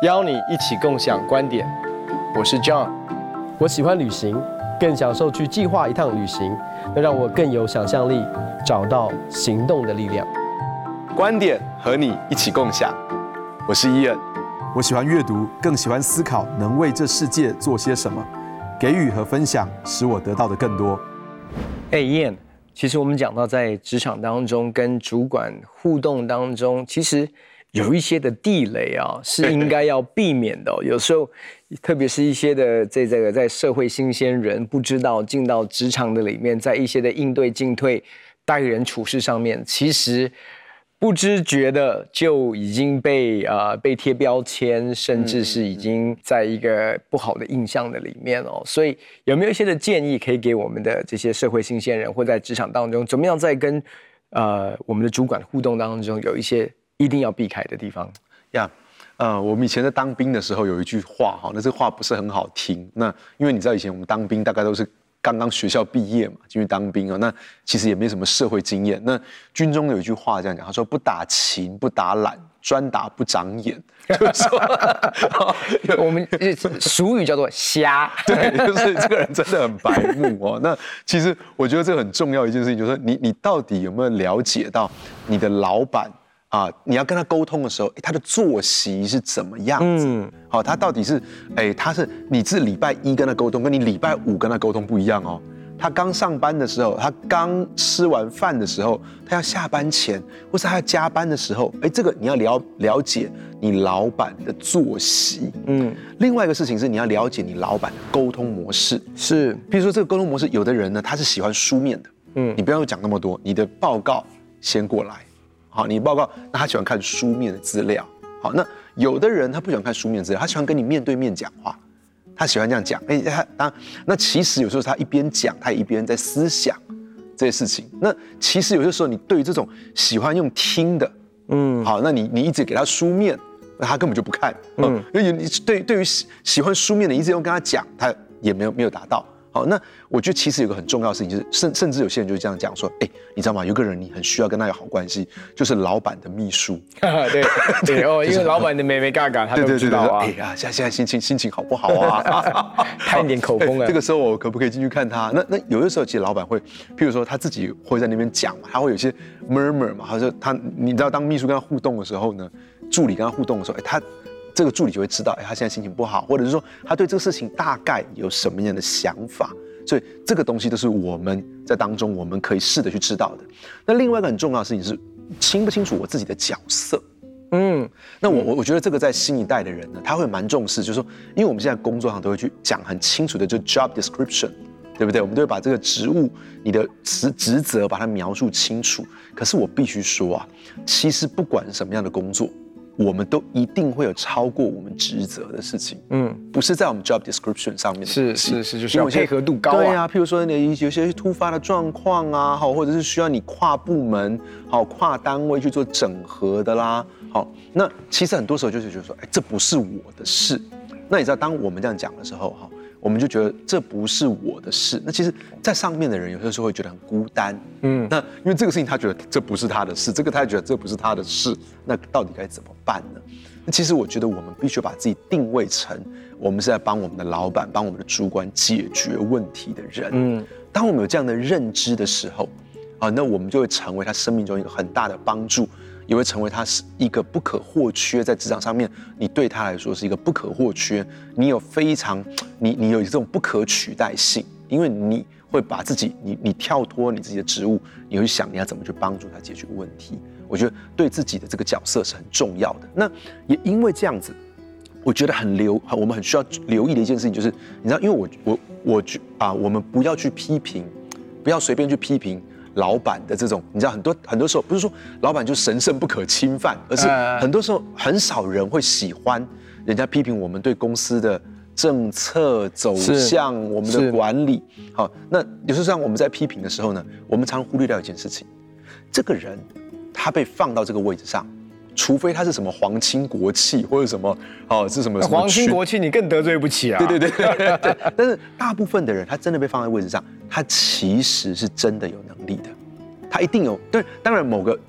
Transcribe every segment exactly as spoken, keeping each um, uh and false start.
邀你一起共享观点。我是 John， 我喜欢旅行，更享受去计划一趟旅行，能让我更有想象力，找到行动的力量。 观点和你一起共享。我是伊恩， 我喜欢阅读，更喜欢思考能为这世界做些什么。给予和分享，使我得到的更多。 哎，伊恩，其实我们讲到在职场当中跟主管互动当中，其实有一些的地雷啊，是应该要避免的、哦。有时候，特别是一些的在这个在社会新鲜人不知道进到职场的里面，在一些的应对进退、待人处事上面，其实不知觉的就已经被啊、呃、被贴标签，甚至是已经在一个不好的印象的里面哦。所以有没有一些的建议可以给我们的这些社会新鲜人，或在职场当中，怎么样在跟呃我们的主管互动当中，有一些一定要避开的地方呀？ Yeah, 呃，我们以前在当兵的时候有一句话哈，那这话不是很好听。那因为你知道以前我们当兵大概都是刚刚学校毕业嘛，进去当兵啊，那其实也没什么社会经验。那军中有一句话这样讲，他说不打勤不打懒，专打不长眼，就是说我们俗语叫做瞎。 对，就是这个人真的很白目哦。那其实我觉得这个很重要一件事情，就是说你你到底有没有了解到你的老板？ 啊，你要跟他沟通的时候，他的作息是怎么样子？嗯，好，他到底是，哎，他是你是礼拜一跟他沟通，跟你礼拜五跟他沟通不一样哦。他刚上班的时候，他刚吃完饭的时候，他要下班前，或是他要加班的时候，哎，这个你要了了解你老板的作息。嗯，另外一个事情是你要了解你老板的沟通模式。是，比如说这个沟通模式，有的人呢他是喜欢书面的，嗯，你不要讲那么多，你的报告先过来。 好，你报告，那他喜欢看书面的资料。好，那有的人他不喜欢看书面资料，他喜欢跟你面对面讲话，他喜欢这样讲。哎，他当那其实有时候他一边讲，他也一边在思想这些事情。那其实有些时候你对于这种喜欢用听的，嗯，好，那你你一直给他书面，那他根本就不看，嗯，因为你对对于喜欢书面的，你一直用跟他讲，他也没有没有达到。 好，那我觉得其实有个很重要的事情，就是甚甚至有些人就这样讲说，哎，你知道吗？有个人你很需要跟他有好关系，就是老板的秘书。 对对哦，因为老板的妹妹嘎嘎，他都知道啊。 哎呀，现在现在心情心情好不好啊？ 探一点口风啊。 这个时候我可不可以进去看他？那那有的时候其实老板会，譬如说他自己会在那边讲嘛，他会有些 murmur 嘛，他说他你知道当秘书跟他互动的时候呢，助理跟他互动的时候，哎他。 这个助理就会知道，哎，他现在心情不好，或者是说他对这个事情大概有什么样的想法，所以这个东西都是我们在当中我们可以试着去知道的。那另外一个很重要的事情是清不清楚我自己的角色。嗯，那我我我觉得这个在新一代的人呢，他会蛮重视，就是说，因为我们现在工作上都会去讲很清楚的，就 job description， 对不对？我们都会把这个职务、你的职职责把它描述清楚。可是我必须说啊，其实不管是什么样的工作。 我们都一定会有超过我们职责的事情，嗯，不是在我们 job description 上面的， 是是是，就是要配合度高啊。 对啊，譬如说你有些突发的状况啊，好，或者是需要你跨部门、好跨单位去做整合的啦，好，那其实很多时候就是觉得说，哎，这不是我的事。那你知道，当我们这样讲的时候，哈。 我们就觉得这不是我的事。那其实，在上面的人有些时候会觉得很孤单。嗯，那因为这个事情他觉得这不是他的事，这个他觉得这不是他的事，那到底该怎么办呢？那其实我觉得我们必须把自己定位成我们是在帮我们的老板、帮我们的主管解决问题的人。嗯，当我们有这样的认知的时候，啊，那我们就会成为他生命中一个很大的帮助。 也会成为他是一个不可或缺，在职场上面，你对他来说是一个不可或缺。你有非常，你你有这种不可取代性，因为你会把自己，你你跳脱你自己的职务，你会想你要怎么去帮助他解决问题。我觉得对自己的这个角色是很重要的。那也因为这样子，我觉得很留，我们很需要留意的一件事情就是，你知道，因为我我我啊，我们不要去批评，不要随便去批评。 老板的这种，你知道很多很多时候不是说老板就神圣不可侵犯，而是很多时候很少人会喜欢人家批评我们对公司的政策走向、我们的管理。好，那有时候让我们在批评的时候呢，我们常忽略掉一件事情：这个人他被放到这个位置上，除非他是什么皇亲国戚或者什么哦是什么皇亲国戚，你更得罪不起啊。 对对对对对。但是大部分的人，他真的被放在位置上。 他其实是真的有能力的，他一定有。对，当然某个有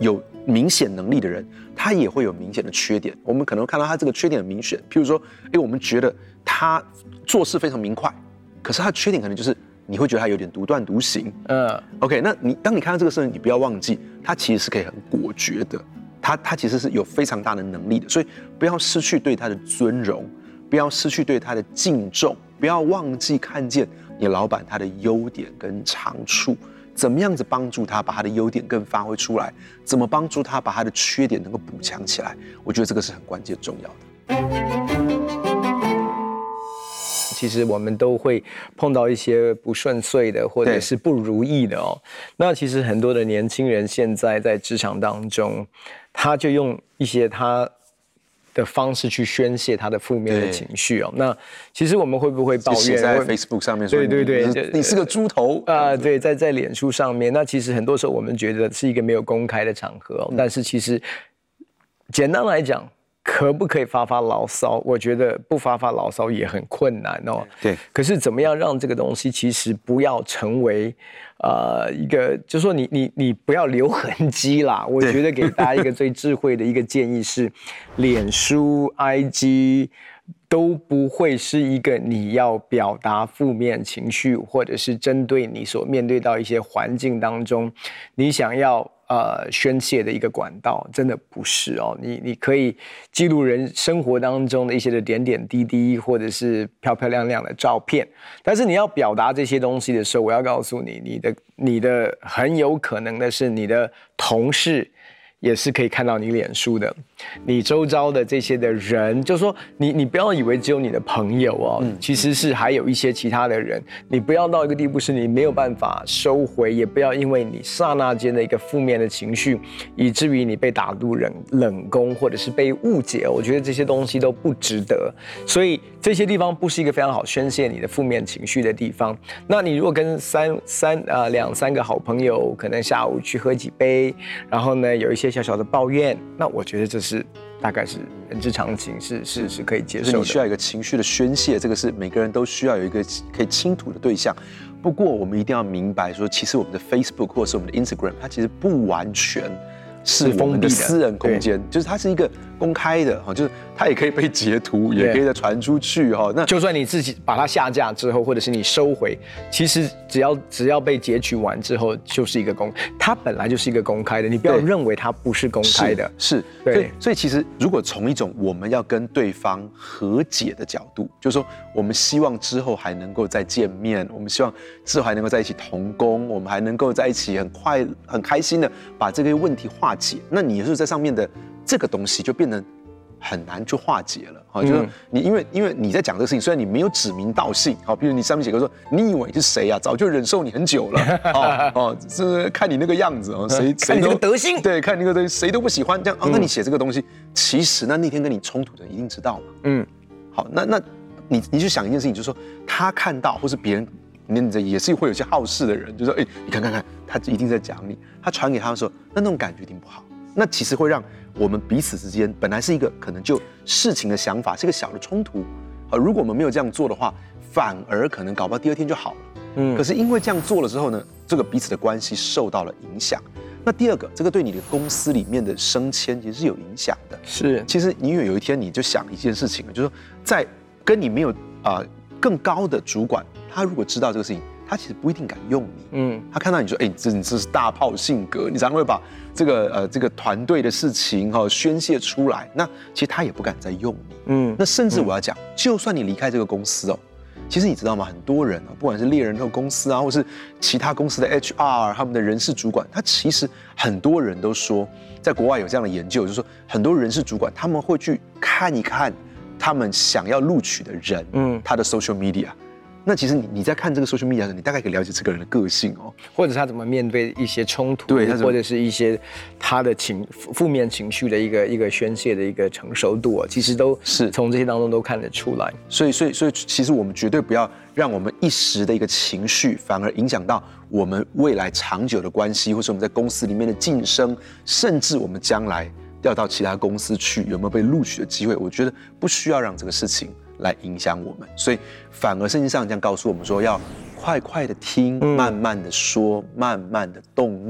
明显能力的人，他也会有明显的缺点。我们可能看到他这个缺点很明显，譬如说，哎，我们觉得他做事非常明快，可是他的缺点可能就是你会觉得他有点独断独行。嗯 ，OK， 那你当你看到这个事情，你不要忘记，他其实是可以很果决的，他他其实是有非常大的能力的，所以不要失去对他的尊荣，不要失去对他的敬重，不要忘记看见你老板他的优点跟长处。怎么样子帮助他把他的优点更发挥出来？怎么帮助他把他的缺点能够补强起来？我觉得这个是很关键重要的。 其实我们都会碰到一些不顺遂的，或者是不如意的哦。那其实很多的年轻人现在在职场当中，他就用一些他的方式去宣泄他的负面的情绪哦。那其实我们会不会抱怨？ 写在 Facebook 上面说， 对对对， 你, 你是个猪头啊、呃！对，在在脸书上面，那其实很多时候我们觉得是一个没有公开的场合、哦嗯，但是其实简单来讲，可不可以发发牢骚？我觉得不发发牢骚也很困难哦。 对。 可是怎么样让这个东西其实不要成为呃一个，就是说你你你不要留痕迹啦。我觉得给大家一个最智慧的一个建议是，脸书、I G 都不会是一个你要表达负面情绪，或者是针对你所面对到一些环境当中，你想要。呃，宣泄的一个管道，真的不是哦。你你可以记录人生活当中的一些的点点滴滴，或者是漂漂亮亮的照片。但是你要表达这些东西的时候，我要告诉你，你的你的很有可能的是你的同事。也是可以看到你脸书的，你周遭的这些的人，就是说你你不要以为只有你的朋友哦，嗯、其实是还有一些其他的人，你不要到一个地步是你没有办法收回，也不要因为你刹那间的一个负面的情绪，以至于你被打入冷冷宫，或者是被误解，我觉得这些东西都不值得，所以这些地方不是一个非常好宣泄你的负面情绪的地方。那你如果跟三三啊两三个好朋友，可能下午去喝几杯，然后呢有一些小小的抱怨，那我觉得这是大概是人之常情，是是是可以接受的。 就是你需要一个情绪的宣泄，这个是每个人都需要有一个可以倾吐的对象。不过我们一定要明白说，其实我们的 Facebook 或者是我们的 Instagram， 它其实不完全是我们的私人空间，就是它是一个公开的哈，就是它也可以被截图，也可以再传出去哈。那就算你自己把它下架之后，或者是你收回，其实只要只要被截取完之后，就是一个公，它本来就是一个公开的，你不要认为它不是公开的。 是，是对。所以，所以其实如果从一种我们要跟对方和解的角度，就是说我们希望之后还能够再见面，我们希望之后还能够在一起同工，我们还能够在一起很快很开心的把这个问题化解。那你是在上面的这个东西就变得很难去化解了，哈，就是你因为因为你在讲这个事情，虽然你没有指名道姓，好，比如你上面写个说，你以为你是谁啊？早就忍受你很久了，哦哦，是看你那个样子哦，谁谁都德性， 对，看你那个东西谁都不喜欢，这样哦，那你写这个东西，其实那那天跟你冲突的人一定知道嘛，嗯，好，那那你你去想一件事情，就是说他看到或是别人，你也是会有些好事的人，就说，哎，你看看看，他一定在讲你，他传给他的时候，那那种感觉一定不好。那其实会让我们彼此之间本来是一个可能就事情的想法，是一个小的冲突，啊，如果我们没有这样做的话，反而可能搞不好第二天就好了。嗯，可是因为这样做了之后呢，这个彼此的关系受到了影响。那第二个，这个对你的公司里面的升迁其实是有影响的。 是， 其实你有有一天你就想一件事情，就是说在跟你没有啊、呃、更高的主管，他如果知道这个事情，他其实不一定敢用你。嗯，他看到你说，哎、欸，你这你这是大炮性格，你常常会把这个呃这个团队的事情哈、哦、宣泄出来，那其实他也不敢再用你。嗯，那甚至我要讲，嗯、就算你离开这个公司哦，其实你知道吗？很多人啊，不管是猎人头公司啊，或是其他公司的 H R， 他们的人事主管，他其实很多人都说，在国外有这样的研究，就是说很多人事主管他们会去看一看他们想要录取的人，嗯，他的 social media。那其实你你在看这个 social media 的时候，你大概可以了解这个人的个性哦， 或者他怎么面对一些冲突， 对， 或者是一些他的情负面情绪的一个一个宣泄的一个成熟度哦，其实都是从这些当中都看得出来。 所以所以所以其实我们绝对不要让我们一时的一个情绪，反而影响到我们未来长久的关系，或是我们在公司里面的晋升，甚至我们将来要到其他公司去有没有被录取的机会，我觉得不需要让这个事情来影响我们，所以反而圣经上这样告诉我们说，要快快的听，嗯、慢慢的说，慢慢的动怒，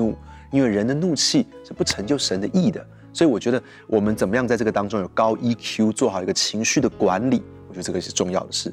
因为人的怒气是不成就神的义的。所以我觉得我们怎么样在这个当中有高 E Q， 做好一个情绪的管理，我觉得这个是重要的事。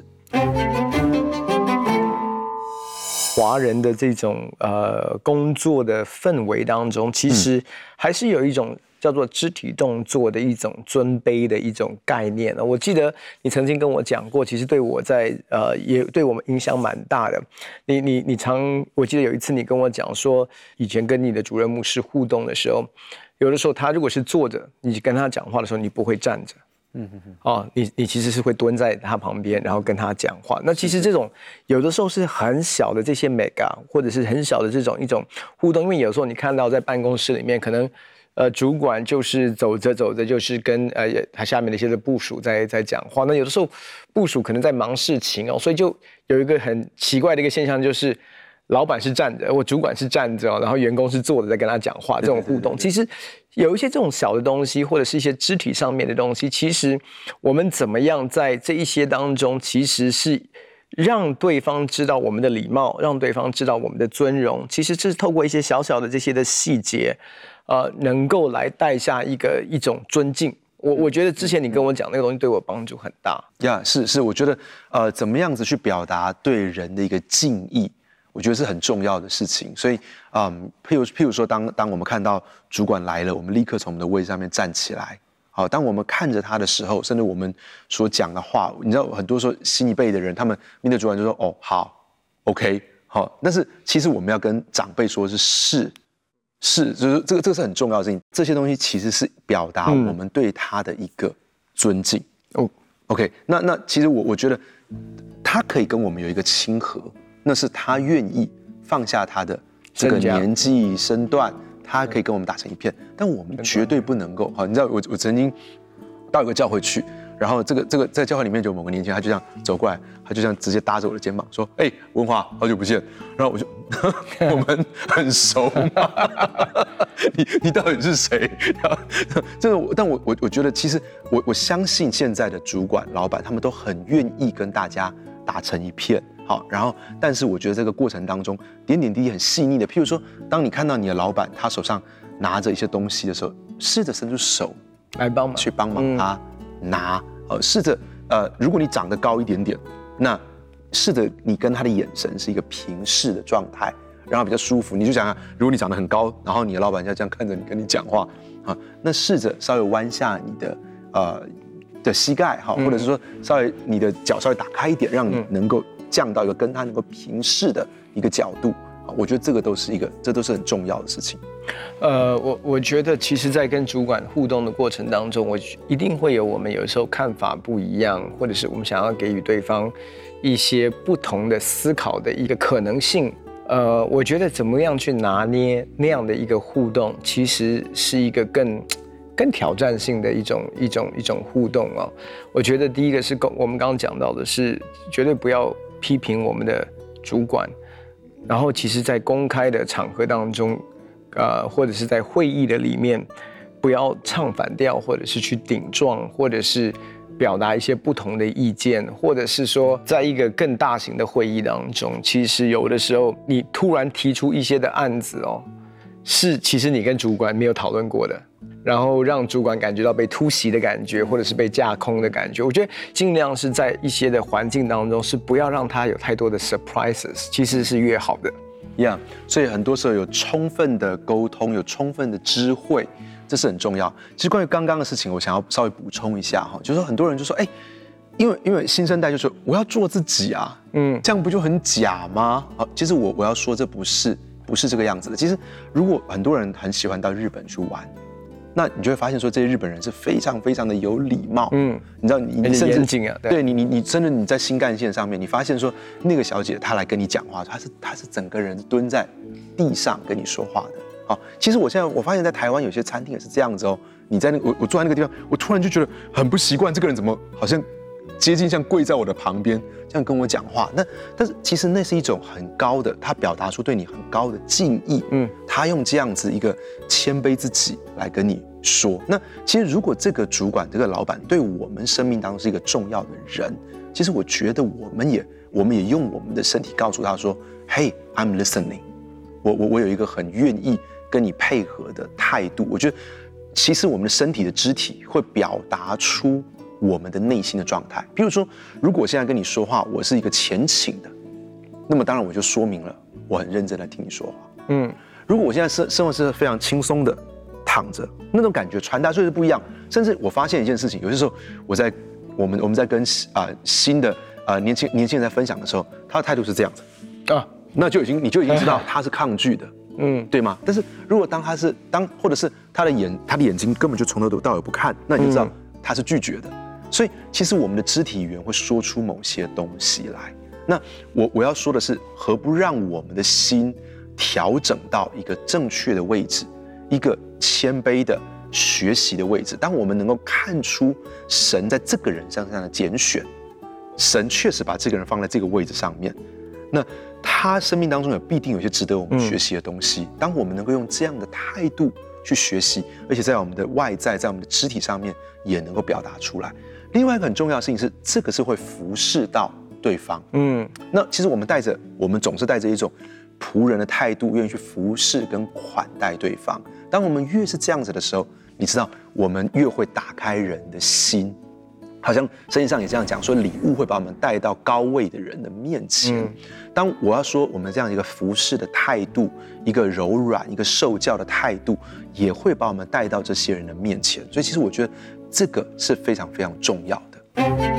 华人的这种呃工作的氛围当中，其实还是有一种叫做肢体动作的一种尊卑的一种概念。我记得你曾经跟我讲过，其实对我在呃也对我们影响蛮大的。你你你常，我记得有一次你跟我讲说，以前跟你的主任牧师互动的时候，有的时候他如果是坐着，你跟他讲话的时候，你不会站着。嗯嗯嗯，哦，你你其实是会蹲在他旁边，然后跟他讲话。那其实这种有的时候是很小的这些 mega， 或者是很小的这种一种互动，因为有时候你看到在办公室里面，可能呃主管就是走着走着就是跟呃他下面的一些的部属在在讲话。那有的时候部属可能在忙事情哦，所以就有一个很奇怪的一个现象，就是老板是站着，我主管是站着，然后员工是坐着在跟他讲话，这种互动其实。有一些这种小的东西，或者是一些肢体上面的东西，其实我们怎么样在这一些当中，其实是让对方知道我们的礼貌，让对方知道我们的尊荣。其实是透过一些小小的这些的细节，呃，能够来带下一个一种尊敬。我我觉得之前你跟我讲那个东西对我帮助很大。 呀、yeah, 是是，我觉得呃，怎么样子去表达对人的一个敬意。我觉得是很重要的事情，所以，嗯，譬如譬如说当，当当我们看到主管来了，我们立刻从我们的位置上面站起来。好，当我们看着他的时候，甚至我们所讲的话，你知道，很多时候新一辈的人，他们面对主管就说：“哦，好 ，OK， 好。”但是其实我们要跟长辈说是是是，就是这个这个是很重要的事情。这些东西其实是表达我们对他的一个尊敬。哦、嗯、，OK， 那那其实我我觉得他可以跟我们有一个亲和。那是他愿意放下他的这个年纪身段，他可以跟我们打成一片，但我们绝对不能够。好，你知道我我曾经到一个教会去，然后这个这个在教会里面就有某个年轻人，他就这样走过来，他就这样直接搭着我的肩膀说：“哎、欸，文华，好久不见。”然后我就我们很熟吗？你你到底是谁？这个，但我我我觉得其实我我相信现在的主管老板他们都很愿意跟大家打成一片。好，然后，但是我觉得这个过程当中，点点滴滴很细腻的，譬如说，当你看到你的老板他手上拿着一些东西的时候，试着伸出手来帮忙， 去帮忙他拿，呃，试着，呃，如果你长得高一点点，那试着你跟他的眼神是一个平视的状态，让他比较舒服。你就想想，如果你长得很高，然后你的老板要这样看着你跟你讲话，啊，那试着稍微弯下你的呃的膝盖，哈，或者是说稍微你的脚稍微打开一点，让你能够。降到一个跟他能够平视的一个角度，我觉得这个都是一个，这都是很重要的事情。 呃，我我觉得其实，在跟主管互动的过程当中，我一定会有我们有时候看法不一样，或者是我们想要给予对方一些不同的思考的一个可能性。呃，我觉得怎么样去拿捏那样的一个互动，其实是一个更。更挑战性的一种一种一种互动哦，我觉得第一个是我们刚刚讲到的是绝对不要批评我们的主管，然后其实在公开的场合当中，呃或者是在会议的里面，不要唱反调，或者是去顶撞，或者是表达一些不同的意见，或者是说在一个更大型的会议当中，其实有的时候你突然提出一些的案子哦，是其实你跟主管没有讨论过的。然后让主管感觉到被突袭的感觉，或者是被架空的感觉。我觉得尽量是在一些的环境当中，是不要让他有太多的 surprises， 其实是越好的。 一样，所以很多时候有充分的沟通，有充分的知会，这是很重要。其实关于刚刚的事情，我想要稍微补充一下哈，就是说很多人就说，哎，因为因为新生代就说我要做自己啊，嗯，这样不就很假吗？好，其实我我要说这不是不是这个样子的。其实如果很多人很喜欢到日本去玩。那你就会发现说，这些日本人是非常非常的有礼貌，嗯，你知道你很严谨啊， 对, 对你你你真的你在新干线上面，你发现说那个小姐她来跟你讲话，她是她是整个人蹲在地上跟你说话的。好，其实我现在我发现在台湾有些餐厅也是这样子哦，你在那个我我坐在那个地方，我突然就觉得很不习惯，这个人怎么好像接近像跪在我的旁边这样跟我讲话？那但是其实那是一种很高的，他表达出对你很高的敬意，嗯，他用这样子一个谦卑自己来跟你说。那其实如果这个主管这个老板对我们生命当中是一个重要的人，其实我觉得我们也我们也用我们的身体告诉他说 ，Hey, I'm listening， 我我我有一个很愿意跟你配合的态度。我觉得，其实我们的身体的肢体会表达出我们的内心的状态。比如说，如果我现在跟你说话，我是一个前倾的，那么当然我就说明了我很认真的听你说话。嗯，如果我现在生生活是非常轻松的躺着，那种感觉传达出来是不一样。甚至我发现一件事情，有些时候我在我们我们在跟啊、呃、新的呃年轻年轻人在分享的时候，他的态度是这样子啊，那就已经你就已经知道他是抗拒的。嗯，对吗？但是如果当他是当，或者是他的眼他的眼睛根本就从头到尾不看，那你就知道他是拒绝的。所以其实我们的肢体语言会说出某些东西来。那我我要说的是，何不让我们的心调整到一个正确的位置，一个谦卑的学习的位置。当我们能够看出神在这个人身上的拣选，神确实把这个人放在这个位置上面，那他生命当中有必定有些值得我们学习的东西。嗯、当我们能够用这样的态度去学习，而且在我们的外在，在我们的肢体上面也能够表达出来。另外一个很重要的事情是，这个是会服侍到对方。嗯，那其实我们带着，我们总是带着一种仆人的态度，愿意去服侍跟款待对方。当我们越是这样子的时候，你知道，我们越会打开人的心。好像圣经上也这样讲，说礼物会把我们带到高位的人的面前。嗯、当我要说我们这样一个服侍的态度，一个柔软、一个受教的态度，也会把我们带到这些人的面前。所以其实我觉得这个是非常非常重要的。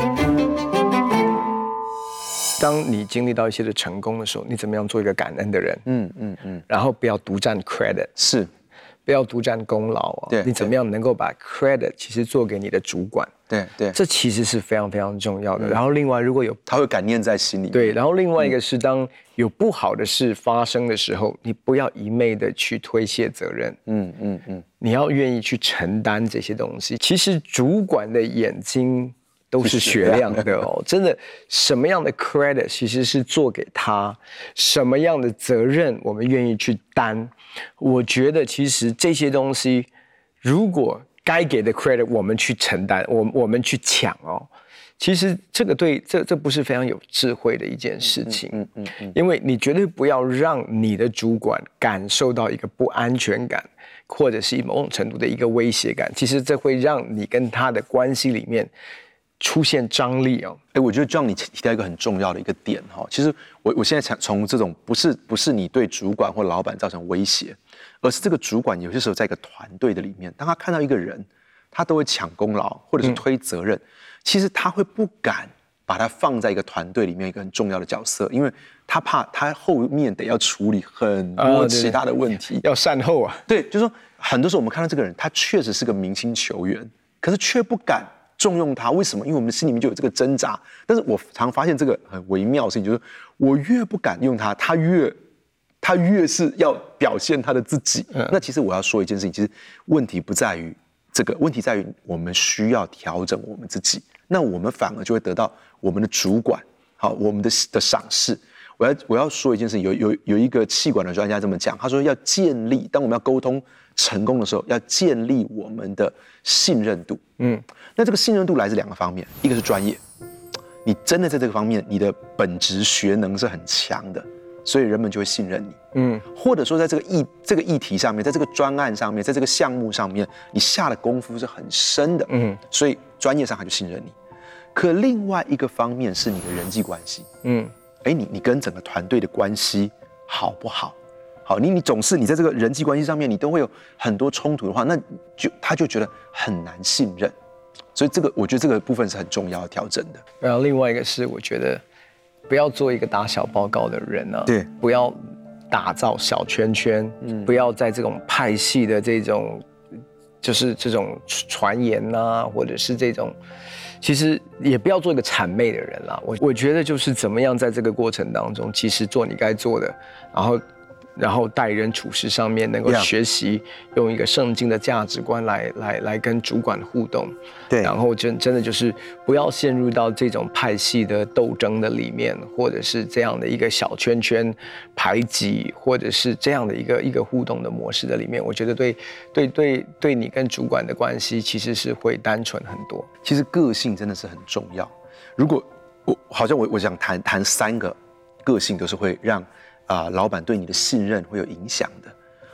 当你经历到一些的成功的时候，你怎么样做一个感恩的人？嗯嗯嗯，然后不要独占 credit， 是。 不要独占功劳啊！ 对， 你怎么样能够把 credit 其实做给你的主管？ 对对， 这其实是非常非常重要的。嗯、然后另外，如果有他会感念在心里面。 对，然后另外一个是，当有不好的事发生的时候，嗯、你不要一昧的去推卸责任。嗯嗯嗯，你要愿意去承担这些东西。其实主管的眼睛都是雪亮的哦，真的，什么样的 credit 其实是做给他，什么样的责任我们愿意去担。我觉得其实这些东西，如果该给的 credit 我们去承担，我我们去抢哦，其实这个对这这不是非常有智慧的一件事情。嗯嗯嗯，因为你绝对不要让你的主管感受到一个不安全感，或者是某种程度的一个威胁感。其实这会让你跟他的关系里面出现张力哦。 哎，我觉得 John 你提到一个很重要的一个点哈，其实我我现在从这种不是不是你对主管或老板造成威胁，而是这个主管有些时候在一个团队的里面，当他看到一个人，他都会抢功劳或者是推责任，嗯、其实他会不敢把他放在一个团队里面一个很重要的角色，因为他怕他后面得要处理很多其他的问题， 哦、要善后啊。 对，就是说很多时候我们看到这个人，他确实是个明星球员，可是却不敢重用他。为什么？因为我们的心里面就有这个挣扎。但是我常发现这个很微妙的事情，就是我越不敢用他，他越他越是要表现他的自己。嗯、那其实我要说一件事情，其实问题不在于这个，问题在于我们需要调整我们自己。那我们反而就会得到我们的主管好我们的的赏识。我要我要说一件事情，有有有一个企管的专家这么讲，他说要建立，当我们要沟通成功的时候，要建立我们的信任度。嗯，那这个信任度来自两个方面，一个是专业，你真的在这个方面，你的本职学能是很强的，所以人们就会信任你。嗯，或者说在这个议这个议题上面，在这个专案上面，在这个项目上面，你下的功夫是很深的。嗯，所以专业上他就信任你。可另外一个方面是你的人际关系。嗯，哎，你你跟整个团队的关系好不好？好，你你总是你在这个人际关系上面，你都会有很多冲突的话，那就他就觉得很难信任，所以这个我觉得这个部分是很重要的调整的。 然后另外一个是，我觉得不要做一个打小报告的人啊， 对， 不要打造小圈圈，嗯，不要在这种派系的这种就是这种传言啊，或者是这种。其实也不要做一个谄媚的人啦，我我觉得就是怎么样在这个过程当中，其实做你该做的，然后然后待人处事上面能够学习用一个圣经的价值观来来来跟主管互动， 对， 然后真真的就是不要陷入到这种派系的斗争的里面，或者是这样的一个小圈圈排挤，或者是这样的一个一个互动的模式的里面，我觉得对对对对你跟主管的关系其实是会单纯很多。 其实个性真的是很重要。如果我好像我我想谈谈三个个性，都是会让。啊、呃，老板对你的信任会有影响的。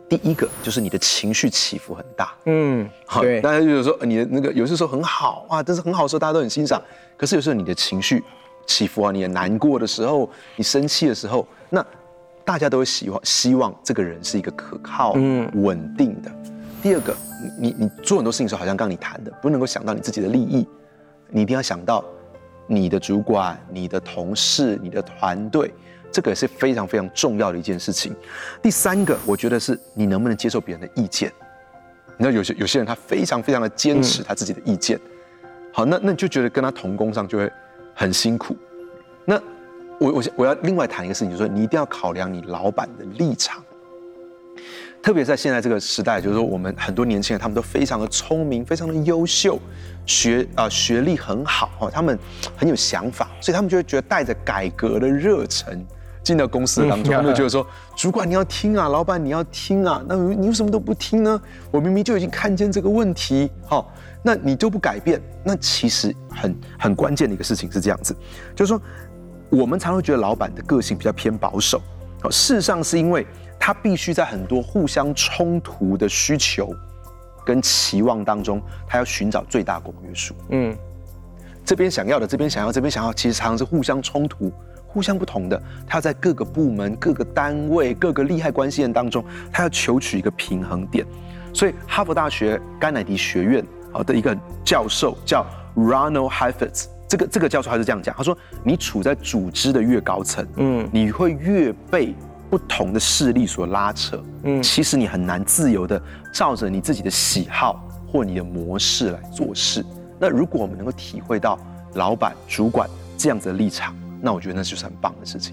第一个就是你的情绪起伏很大。 嗯， 好， 对， 大家就有说你的那个有些时候很好啊，但是很好的时候大家都很欣赏，可是有时候你的情绪起伏啊，你也难过的时候，你生气的时候，那大家都会希望希望这个人是一个可靠、 嗯稳定的。第二个，你你做很多事情的时候，好像刚刚你谈的，不能够想到你自己的利益，你一定要想到你的主管、你的同事、你的团队。这个也是非常非常重要的一件事情。第三个，我觉得是你能不能接受别人的意见。你知道有些有些人他非常非常的坚持他自己的意见，好，那那你就觉得跟他同工上就会很辛苦。那我我我要另外谈一个事情，就是说你一定要考量你老板的立场。特别在现在这个时代，就是说我们很多年轻人他们都非常的聪明，非常的优秀，学啊、呃、学历很好哦，他们很有想法，所以他们就会觉得带着改革的热忱进到公司的当中，他们就觉得说，主管你要听啊，老板你要听啊，那你为什么都不听呢？我明明就已经看见这个问题，好，那你都不改变，那其实很很关键的一个事情是这样子，就是说我们常会觉得老板的个性比较偏保守，好，事实上是因为他必须在很多互相冲突的需求跟期望当中，他要寻找最大公约数。嗯，这边想要的，这边想要，这边想要，其实常常是互相冲突。互相不同的，他在各个部门、各个单位、各个利害关系人当中，他要求取一个平衡点。所以，哈佛大学甘乃迪学院好的一个教授叫 Ronald Heifetz， 这个这个教授他是这样讲，他说：你处在组织的越高层，嗯，你会越被不同的势力所拉扯，嗯，其实你很难自由的照着你自己的喜好或你的模式来做事。那如果我们能够体会到老板、主管这样子的立场，那我觉得那就是很棒的事情。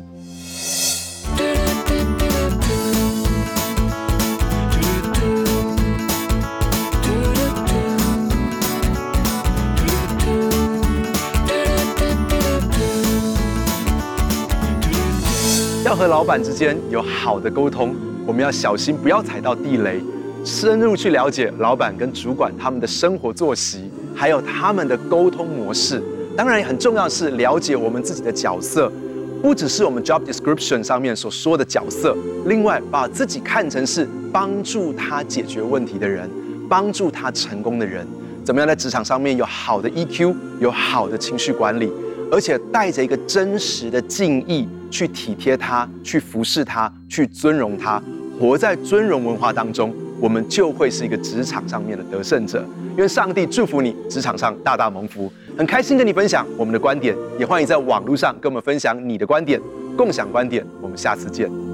要和老板之间有好的沟通，我们要小心不要踩到地雷，深入去了解老板跟主管他们的生活作息，还有他们的沟通模式。当然，很重要的是了解我们自己的角色，不只是我们 job description 上面所说的角色，另外把自己看成是帮助他解决问题的人，帮助他成功的人。怎么样在职场上面有好的 E Q， 有好的情绪管理，而且带着一个真实的敬意去体贴他，去服侍他，去尊荣他，活在尊荣文化当中，我们就会是一个职场上面的得胜者。愿上帝祝福你，职场上大大蒙福。很开心跟你分享我们的观点，也欢迎在网络上跟我们分享你的观点，共享观点。我们下次见。